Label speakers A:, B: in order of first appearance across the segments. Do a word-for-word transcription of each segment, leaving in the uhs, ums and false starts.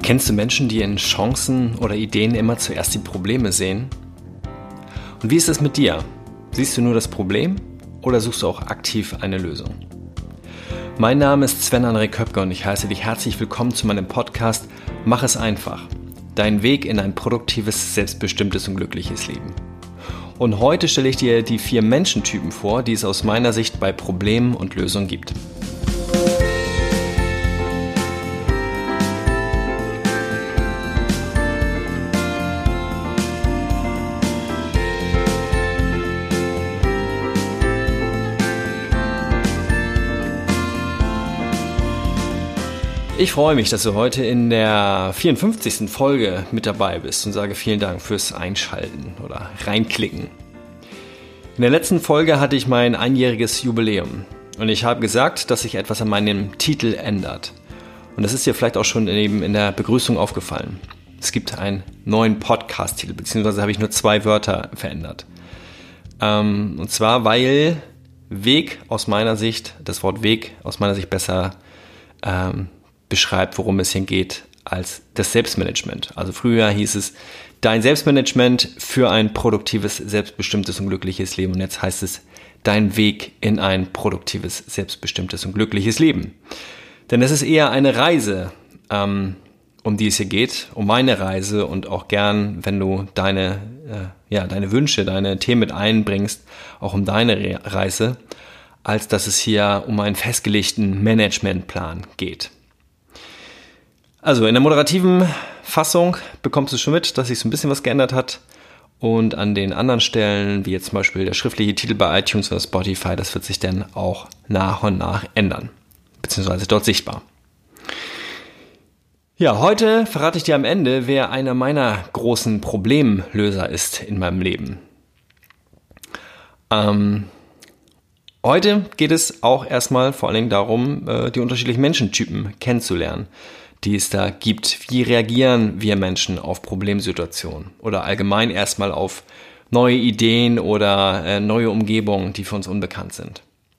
A: Kennst du Menschen, die in Chancen oder Ideen immer zuerst die Probleme sehen? Und wie ist es mit dir? Siehst du nur das Problem oder suchst du auch aktiv eine Lösung? Mein Name ist Sven-André Köpke und ich heiße dich herzlich willkommen zu meinem Podcast Mach es einfach. Dein Weg in ein produktives, selbstbestimmtes und glückliches Leben. Und heute stelle ich dir die vier Menschentypen vor, die es aus meiner Sicht bei Problemen und Lösungen gibt. Ich freue mich, dass du heute in der vierundfünfzigsten Folge mit dabei bist und sage vielen Dank fürs Einschalten oder Reinklicken. In der letzten Folge hatte ich mein einjähriges Jubiläum und ich habe gesagt, dass sich etwas an meinem Titel ändert. Und das ist dir vielleicht auch schon eben in der Begrüßung aufgefallen. Es gibt einen neuen Podcast-Titel, beziehungsweise habe ich nur zwei Wörter verändert. Ähm, und zwar, weil Weg aus meiner Sicht, das Wort Weg aus meiner Sicht besser ähm, beschreibt, worum es hier geht, als das Selbstmanagement. Also früher hieß es dein Selbstmanagement für ein produktives, selbstbestimmtes und glückliches Leben. Und jetzt heißt es dein Weg in ein produktives, selbstbestimmtes und glückliches Leben. Denn es ist eher eine Reise, ähm, um die es hier geht, um meine Reise und auch gern, wenn du deine, äh, ja, deine Wünsche, deine Themen mit einbringst, auch um deine Re- Reise, als dass es hier um einen festgelegten Managementplan geht. Also in der moderativen Fassung bekommst du schon mit, dass sich so ein bisschen was geändert hat und an den anderen Stellen, wie jetzt zum Beispiel der schriftliche Titel bei iTunes oder Spotify, das wird sich dann auch nach und nach ändern, beziehungsweise dort sichtbar. Ja, heute verrate ich dir am Ende, wer einer meiner großen Problemlöser ist in meinem Leben. Ähm, heute geht es auch erstmal vor allen Dingen darum, die unterschiedlichen Menschentypen kennenzulernen, die es da gibt. Wie reagieren wir Menschen auf Problemsituationen oder allgemein erstmal auf neue Ideen oder äh, neue Umgebungen, die für uns unbekannt sind.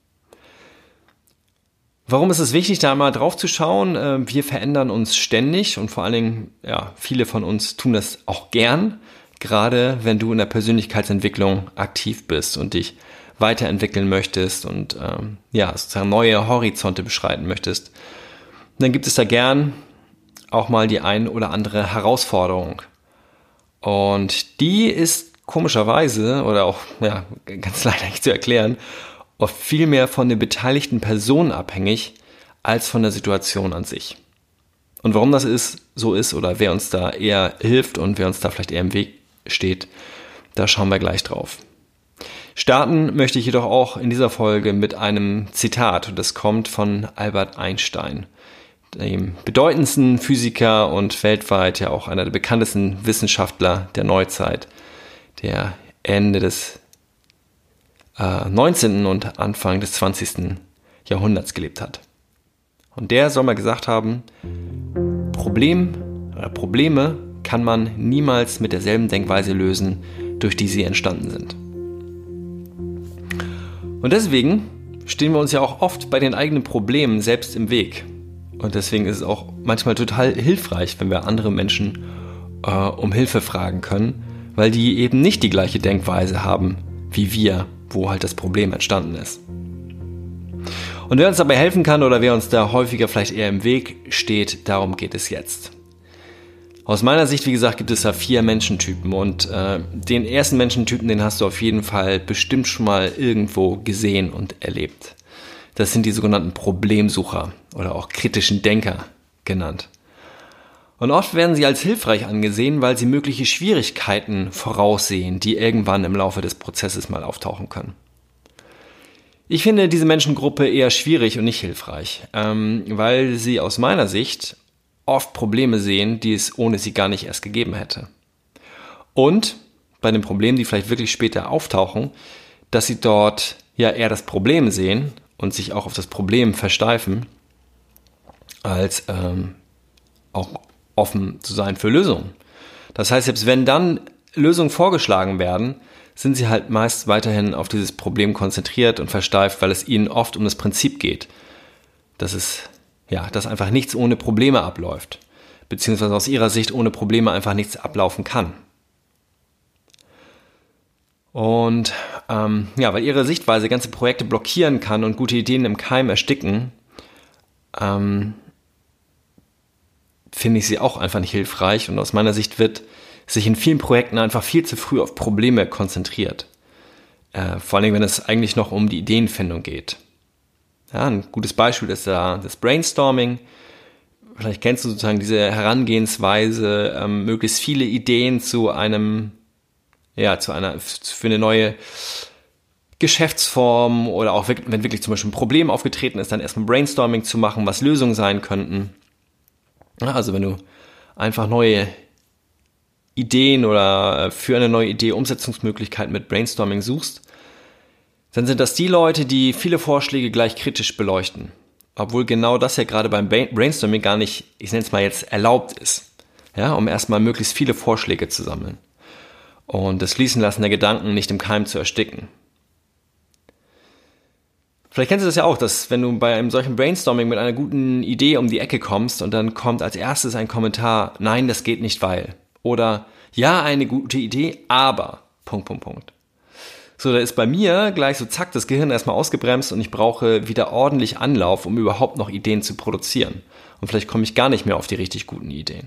A: Warum ist es wichtig, da mal drauf zu schauen? Äh, wir verändern uns ständig und vor allen Dingen, ja, viele von uns tun das auch gern, gerade wenn du in der Persönlichkeitsentwicklung aktiv bist und dich weiterentwickeln möchtest und ähm, ja, sozusagen neue Horizonte beschreiten möchtest. Dann gibt es da gern auch mal die ein oder andere Herausforderung. Und die ist komischerweise, oder auch ja, ganz leider nicht zu erklären, oft viel mehr von den beteiligten Personen abhängig, als von der Situation an sich. Und warum das ist, so ist, oder wer uns da eher hilft und wer uns da vielleicht eher im Weg steht, da schauen wir gleich drauf. Starten möchte ich jedoch auch in dieser Folge mit einem Zitat, und das kommt von Albert Einstein, dem bedeutendsten Physiker und weltweit ja auch einer der bekanntesten Wissenschaftler der Neuzeit, der Ende des äh, neunzehnten und Anfang des zwanzigsten Jahrhunderts gelebt hat. Und der soll mal gesagt haben, Problem oder Probleme kann man niemals mit derselben Denkweise lösen, durch die sie entstanden sind. Und deswegen stehen wir uns ja auch oft bei den eigenen Problemen selbst im Weg. Und deswegen ist es auch manchmal total hilfreich, wenn wir andere Menschen äh, um Hilfe fragen können, weil die eben nicht die gleiche Denkweise haben wie wir, wo halt das Problem entstanden ist. Und wer uns dabei helfen kann oder wer uns da häufiger vielleicht eher im Weg steht, darum geht es jetzt. Aus meiner Sicht, wie gesagt, gibt es da vier Menschentypen und äh, den ersten Menschentypen, den hast du auf jeden Fall bestimmt schon mal irgendwo gesehen und erlebt. Das sind die sogenannten Problemsucher oder auch kritischen Denker genannt. Und oft werden sie als hilfreich angesehen, weil sie mögliche Schwierigkeiten voraussehen, die irgendwann im Laufe des Prozesses mal auftauchen können. Ich finde diese Menschengruppe eher schwierig und nicht hilfreich, ähm, weil sie aus meiner Sicht oft Probleme sehen, die es ohne sie gar nicht erst gegeben hätte. Und bei den Problemen, die vielleicht wirklich später auftauchen, dass sie dort ja eher das Problem sehen und sich auch auf das Problem versteifen, als ähm, auch offen zu sein für Lösungen. Das heißt, selbst wenn dann Lösungen vorgeschlagen werden, sind sie halt meist weiterhin auf dieses Problem konzentriert und versteift, weil es ihnen oft um das Prinzip geht, dass es ja, dass einfach nichts ohne Probleme abläuft. beziehungsweise aus ihrer Sicht ohne Probleme einfach nichts ablaufen kann. Und ähm, ja, weil ihre Sichtweise ganze Projekte blockieren kann und gute Ideen im Keim ersticken, ähm, finde ich sie auch einfach nicht hilfreich. Und aus meiner Sicht wird sich in vielen Projekten einfach viel zu früh auf Probleme konzentriert. Äh, vor allem, wenn es eigentlich noch um die Ideenfindung geht. Ja, ein gutes Beispiel ist da das Brainstorming. Vielleicht kennst du sozusagen diese Herangehensweise, ähm, möglichst viele Ideen zu einem Ja, zu einer, für eine neue Geschäftsform oder auch wenn wirklich zum Beispiel ein Problem aufgetreten ist, dann erstmal Brainstorming zu machen, was Lösungen sein könnten. Ja, also wenn du einfach neue Ideen oder für eine neue Idee Umsetzungsmöglichkeiten mit Brainstorming suchst, dann sind das die Leute, die viele Vorschläge gleich kritisch beleuchten. Obwohl genau das ja gerade beim Brainstorming gar nicht, ich nenne es mal jetzt, erlaubt ist. Ja, um erstmal möglichst viele Vorschläge zu sammeln. Und das Fließenlassen der Gedanken nicht im Keim zu ersticken. Vielleicht kennst du das ja auch, dass wenn du bei einem solchen Brainstorming mit einer guten Idee um die Ecke kommst und dann kommt als erstes ein Kommentar, nein, das geht nicht, weil. Oder, ja, eine gute Idee, aber, Punkt, Punkt, Punkt. So, da ist bei mir gleich so zack, das Gehirn erstmal ausgebremst und ich brauche wieder ordentlich Anlauf, um überhaupt noch Ideen zu produzieren. Und vielleicht komme ich gar nicht mehr auf die richtig guten Ideen.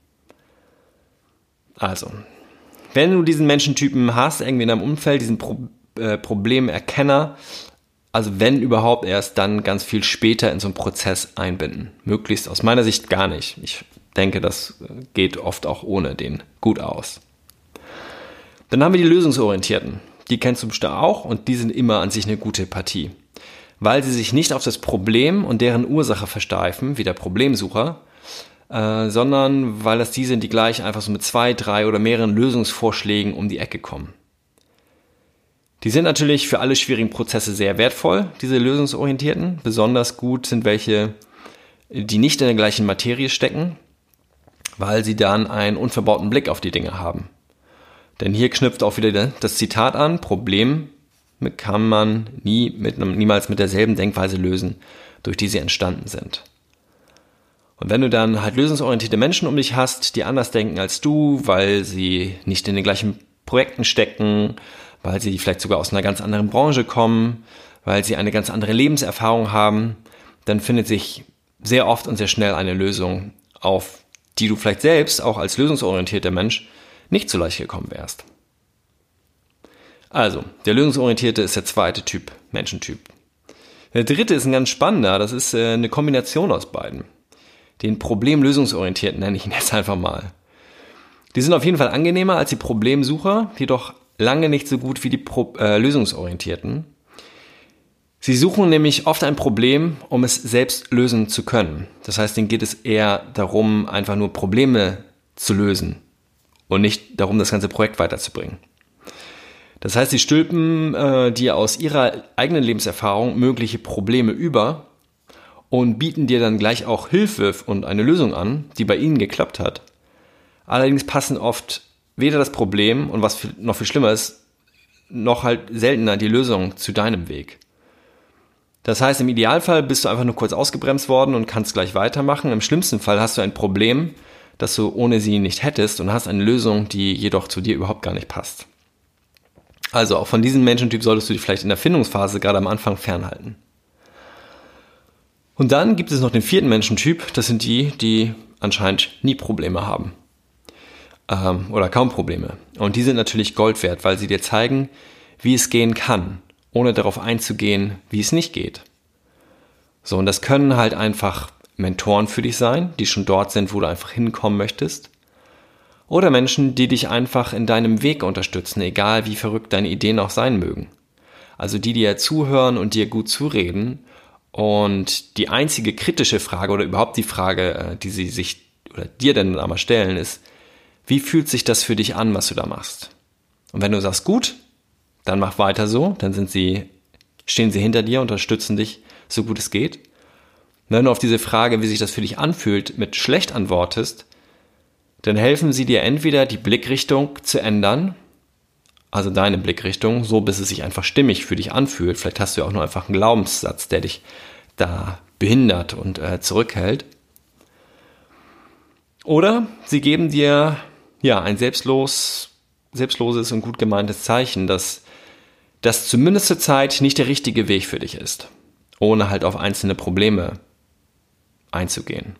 A: Also, wenn du diesen Menschentypen hast, irgendwie in deinem Umfeld, diesen Pro- äh, Problemerkenner, also wenn überhaupt erst, dann ganz viel später in so einen Prozess einbinden. Möglichst aus meiner Sicht gar nicht. Ich denke, das geht oft auch ohne den gut aus. Dann haben wir die Lösungsorientierten. Die kennst du bestimmt auch und die sind immer an sich eine gute Partie. Weil sie sich nicht auf das Problem und deren Ursache versteifen, wie der Problemsucher, Äh, sondern weil das die sind, die gleich einfach so mit zwei, drei oder mehreren Lösungsvorschlägen um die Ecke kommen. Die sind natürlich für alle schwierigen Prozesse sehr wertvoll, diese Lösungsorientierten. Besonders gut sind welche, die nicht in der gleichen Materie stecken, weil sie dann einen unverbauten Blick auf die Dinge haben. Denn hier knüpft auch wieder das Zitat an, Probleme kann man nie mit, niemals mit derselben Denkweise lösen, durch die sie entstanden sind. Und wenn du dann halt lösungsorientierte Menschen um dich hast, die anders denken als du, weil sie nicht in den gleichen Projekten stecken, weil sie vielleicht sogar aus einer ganz anderen Branche kommen, weil sie eine ganz andere Lebenserfahrung haben, dann findet sich sehr oft und sehr schnell eine Lösung, auf die du vielleicht selbst auch als lösungsorientierter Mensch nicht so leicht gekommen wärst. Also, der lösungsorientierte ist der zweite Typ, Menschentyp. Der dritte ist ein ganz spannender, das ist eine Kombination aus beiden. Den Problemlösungsorientierten nenne ich ihn jetzt einfach mal. Die sind auf jeden Fall angenehmer als die Problemsucher, jedoch lange nicht so gut wie die Pro- äh, Lösungsorientierten. Sie suchen nämlich oft ein Problem, um es selbst lösen zu können. Das heißt, denen geht es eher darum, einfach nur Probleme zu lösen und nicht darum, das ganze Projekt weiterzubringen. Das heißt, sie stülpen äh, dir aus ihrer eigenen Lebenserfahrung mögliche Probleme über und bieten dir dann gleich auch Hilfe und eine Lösung an, die bei ihnen geklappt hat. Allerdings passen oft weder das Problem und was noch viel schlimmer ist, noch halt seltener die Lösung zu deinem Weg. Das heißt, im Idealfall bist du einfach nur kurz ausgebremst worden und kannst gleich weitermachen. Im schlimmsten Fall hast du ein Problem, das du ohne sie nicht hättest und hast eine Lösung, die jedoch zu dir überhaupt gar nicht passt. Also auch von diesem Menschentyp solltest du dich vielleicht in der Findungsphase gerade am Anfang fernhalten. Und dann gibt es noch den vierten Menschentyp, das sind die, die anscheinend nie Probleme haben. Ähm, oder kaum Probleme. Und die sind natürlich Gold wert, weil sie dir zeigen, wie es gehen kann, ohne darauf einzugehen, wie es nicht geht. So, und das können halt einfach Mentoren für dich sein, die schon dort sind, wo du einfach hinkommen möchtest. Oder Menschen, die dich einfach in deinem Weg unterstützen, egal wie verrückt deine Ideen auch sein mögen. Also die dir zuhören und dir gut zureden. Und die einzige kritische Frage oder überhaupt die Frage, die sie sich oder dir dann einmal stellen, ist, wie fühlt sich das für dich an, was du da machst? Und wenn du sagst, gut, dann mach weiter so, dann sind sie, stehen sie hinter dir, unterstützen dich, so gut es geht. Und wenn du auf diese Frage, wie sich das für dich anfühlt, mit schlecht antwortest, dann helfen sie dir entweder die Blickrichtung zu ändern, also deine Blickrichtung, so bis es sich einfach stimmig für dich anfühlt. Vielleicht hast du ja auch nur einfach einen Glaubenssatz, der dich da behindert und äh, zurückhält. Oder Oder sie geben dir ja ein selbstlos, selbstloses und gut gemeintes Zeichen, dass das zumindest zur Zeit nicht der richtige Weg für dich ist, ohne halt auf einzelne Probleme einzugehen.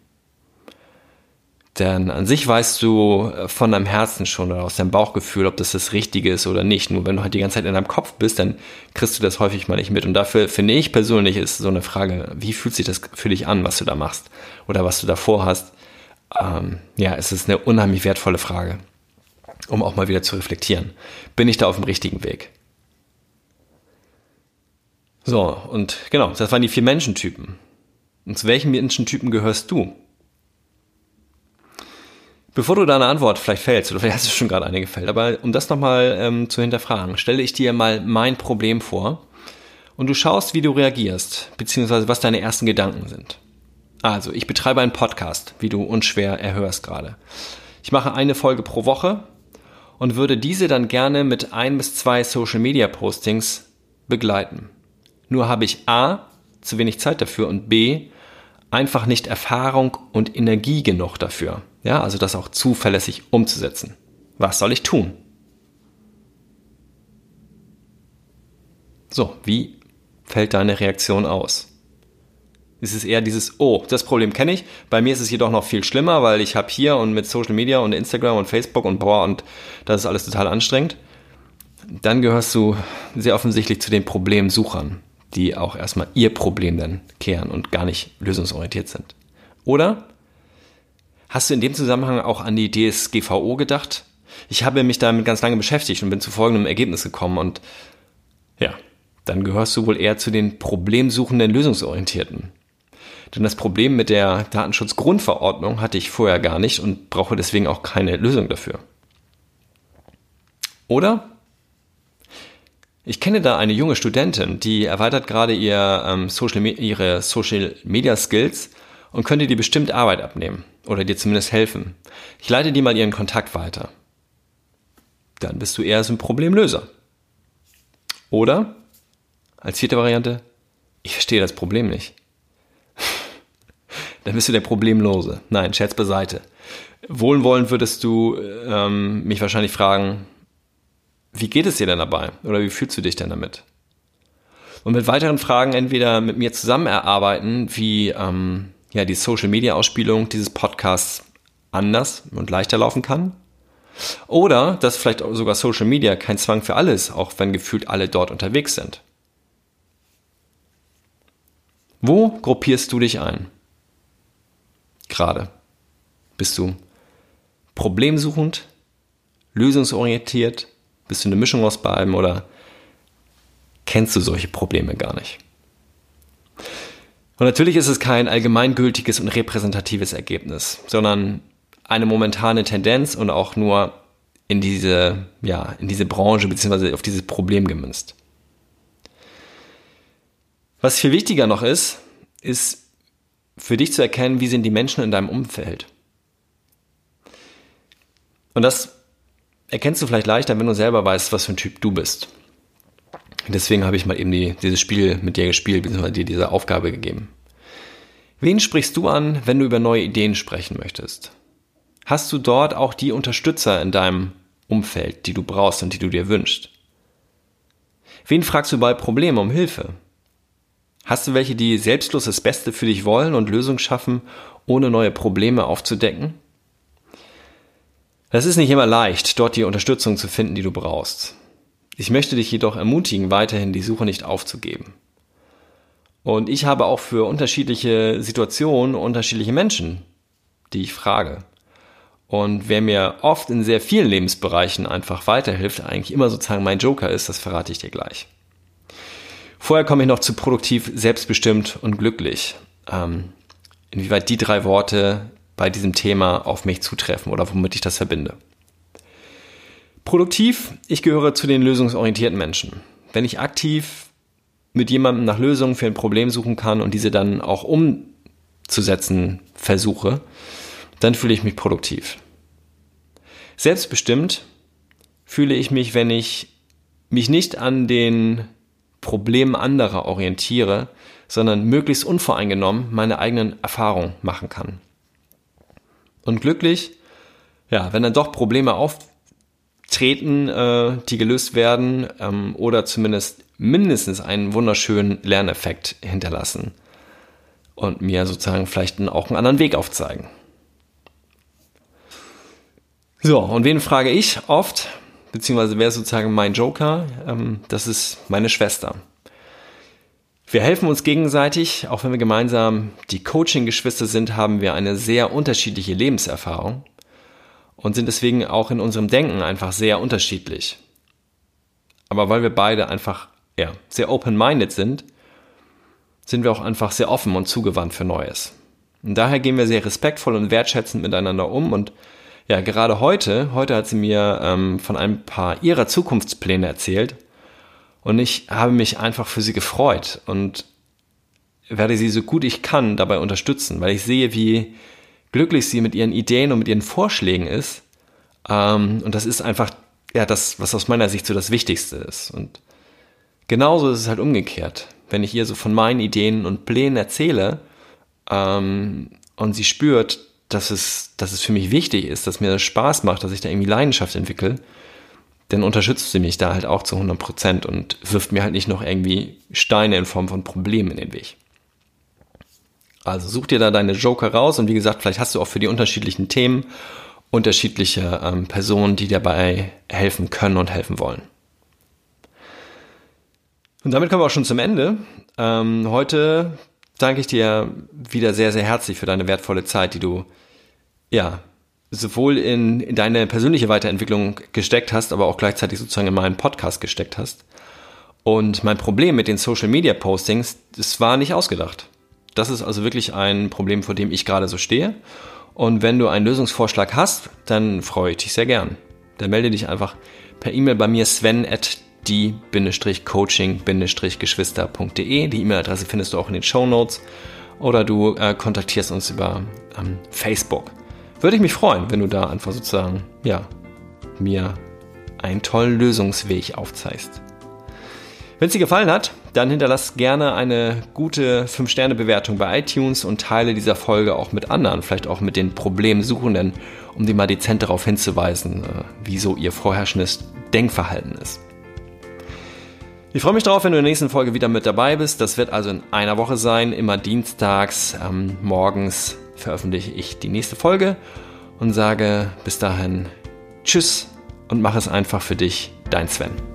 A: Denn an sich weißt du von deinem Herzen schon oder aus deinem Bauchgefühl, ob das das Richtige ist oder nicht. Nur wenn du halt die ganze Zeit in deinem Kopf bist, dann kriegst du das häufig mal nicht mit. Und dafür finde ich persönlich ist so eine Frage, wie fühlt sich das für dich an, was du da machst oder was du da vorhast? Ähm, ja, es ist eine unheimlich wertvolle Frage, um auch mal wieder zu reflektieren. Bin ich da auf dem richtigen Weg? So, und genau, das waren die vier Menschentypen. Und zu welchen Menschentypen gehörst du? Bevor du da eine Antwort vielleicht fällst, oder vielleicht hast du schon gerade eine gefällt, aber um das nochmal ähm, zu hinterfragen, stelle ich dir mal mein Problem vor und du schaust, wie du reagierst, beziehungsweise was deine ersten Gedanken sind. Also, ich betreibe einen Podcast, wie du unschwer erhörst gerade. Ich mache eine Folge pro Woche und würde diese dann gerne mit ein bis zwei Social-Media-Postings begleiten. Nur habe ich A, zu wenig Zeit dafür und B, einfach nicht Erfahrung und Energie genug dafür. Ja, also das auch zuverlässig umzusetzen. Was soll ich tun? So, wie fällt deine Reaktion aus? Ist es eher dieses, oh, das Problem kenne ich. Bei mir ist es jedoch noch viel schlimmer, weil ich habe hier und mit Social Media und Instagram und Facebook und boah, und das ist alles total anstrengend. Dann gehörst du sehr offensichtlich zu den Problemsuchern, die auch erstmal ihr Problem dann klären und gar nicht lösungsorientiert sind. Oder hast du in dem Zusammenhang auch an die D S G V O gedacht? Ich habe mich damit ganz lange beschäftigt und bin zu folgendem Ergebnis gekommen und ja, dann gehörst du wohl eher zu den problemsuchenden Lösungsorientierten. Denn das Problem mit der Datenschutzgrundverordnung hatte ich vorher gar nicht und brauche deswegen auch keine Lösung dafür. Oder? Ich kenne da eine junge Studentin, die erweitert gerade ihr, ähm, Social, ihre Social Media Skills und könnte dir bestimmt Arbeit abnehmen oder dir zumindest helfen. Ich leite dir mal ihren Kontakt weiter. Dann bist du eher so ein Problemlöser. Oder, als vierte Variante, ich verstehe das Problem nicht. Dann bist du der Problemlose. Nein, Scherz beiseite. Wohlwollend würdest du ähm, mich wahrscheinlich fragen, wie geht es dir denn dabei? Oder wie fühlst du dich denn damit? Und mit weiteren Fragen entweder mit mir zusammen erarbeiten, wie ähm, ja, die Social-Media-Ausspielung dieses Podcasts anders und leichter laufen kann. Oder, dass vielleicht sogar Social Media kein Zwang für alle ist, auch wenn gefühlt alle dort unterwegs sind. Wo gruppierst du dich ein? Gerade. Bist du problemsuchend, lösungsorientiert? Bist du eine Mischung aus beidem oder kennst du solche Probleme gar nicht? Und natürlich ist es kein allgemeingültiges und repräsentatives Ergebnis, sondern eine momentane Tendenz und auch nur in diese, ja, in diese Branche bzw. auf dieses Problem gemünzt. Was viel wichtiger noch ist, ist für dich zu erkennen, wie sind die Menschen in deinem Umfeld. Und das erkennst du vielleicht leichter, wenn du selber weißt, was für ein Typ du bist. Deswegen habe ich mal eben die, dieses Spiel mit dir gespielt, beziehungsweise dir diese Aufgabe gegeben. Wen sprichst du an, wenn du über neue Ideen sprechen möchtest? Hast du dort auch die Unterstützer in deinem Umfeld, die du brauchst und die du dir wünschst? Wen fragst du bei Problemen um Hilfe? Hast du welche, die selbstlos das Beste für dich wollen und Lösungen schaffen, ohne neue Probleme aufzudecken? Es ist nicht immer leicht, dort die Unterstützung zu finden, die du brauchst. Ich möchte dich jedoch ermutigen, weiterhin die Suche nicht aufzugeben. Und ich habe auch für unterschiedliche Situationen unterschiedliche Menschen, die ich frage. Und wer mir oft in sehr vielen Lebensbereichen einfach weiterhilft, eigentlich immer sozusagen mein Joker ist, das verrate ich dir gleich. Vorher komme ich noch zu produktiv, selbstbestimmt und glücklich. Ähm, inwieweit die drei Worte bei diesem Thema auf mich zutreffen oder womit ich das verbinde. Produktiv, ich gehöre zu den lösungsorientierten Menschen. Wenn ich aktiv mit jemandem nach Lösungen für ein Problem suchen kann und diese dann auch umzusetzen versuche, dann fühle ich mich produktiv. Selbstbestimmt fühle ich mich, wenn ich mich nicht an den Problemen anderer orientiere, sondern möglichst unvoreingenommen meine eigenen Erfahrungen machen kann. und glücklich, ja, wenn dann doch Probleme auftreten, äh, die gelöst werden ähm, oder zumindest mindestens einen wunderschönen Lerneffekt hinterlassen und mir sozusagen vielleicht auch einen anderen Weg aufzeigen. So, und wen frage ich oft, beziehungsweise wer ist sozusagen mein Joker? Ähm, das ist meine Schwester. Wir helfen uns gegenseitig, auch wenn wir gemeinsam die Coaching-Geschwister sind, haben wir eine sehr unterschiedliche Lebenserfahrung und sind deswegen auch in unserem Denken einfach sehr unterschiedlich. Aber weil wir beide einfach ja, sehr open-minded sind, sind wir auch einfach sehr offen und zugewandt für Neues. Und daher gehen wir sehr respektvoll und wertschätzend miteinander um und ja, gerade heute, heute hat sie mir ähm, von ein paar ihrer Zukunftspläne erzählt und ich habe mich einfach für sie gefreut und werde sie so gut ich kann dabei unterstützen, weil ich sehe, wie glücklich sie mit ihren Ideen und mit ihren Vorschlägen ist ähm, und das ist einfach ja das, was aus meiner Sicht so das Wichtigste ist und genauso ist es halt umgekehrt, wenn ich ihr so von meinen Ideen und Plänen erzähle ähm, und sie spürt, dass es, dass es für mich wichtig ist, dass mir das Spaß macht, dass ich da irgendwie Leidenschaft entwickle, dann unterstützt sie mich da halt auch zu hundert Prozent und wirft mir halt nicht noch irgendwie Steine in Form von Problemen in den Weg. Also such dir da deine Joker raus und wie gesagt, vielleicht hast du auch für die unterschiedlichen Themen unterschiedliche ähm, Personen, die dir dabei helfen können und helfen wollen. Und damit kommen wir auch schon zum Ende. Ähm, heute danke ich dir wieder sehr, sehr herzlich für deine wertvolle Zeit, die du ja sowohl in, in deine persönliche Weiterentwicklung gesteckt hast, aber auch gleichzeitig sozusagen in meinen Podcast gesteckt hast. Und mein Problem mit den Social-Media-Postings, das war nicht ausgedacht. Das ist also wirklich ein Problem, vor dem ich gerade so stehe. Und wenn du einen Lösungsvorschlag hast, dann freue ich dich sehr gern. Dann melde dich einfach per E-Mail bei mir sven at die coaching geschwister punkt de. Die E-Mail-Adresse findest du auch in den Shownotes. Oder du äh, kontaktierst uns über ähm, Facebook. Würde ich mich freuen, wenn du da einfach sozusagen, ja, mir einen tollen Lösungsweg aufzeigst. Wenn es dir gefallen hat, dann hinterlass gerne eine gute fünf Sterne Bewertung bei iTunes und teile diese Folge auch mit anderen, vielleicht auch mit den Problemsuchenden, um die mal dezent darauf hinzuweisen, äh, wie so ihr vorherrschendes Denkverhalten ist. Ich freue mich darauf, wenn du in der nächsten Folge wieder mit dabei bist. Das wird also in einer Woche sein, immer dienstags, ähm, morgens veröffentliche ich die nächste Folge und sage bis dahin Tschüss und mach es einfach für dich, dein Sven.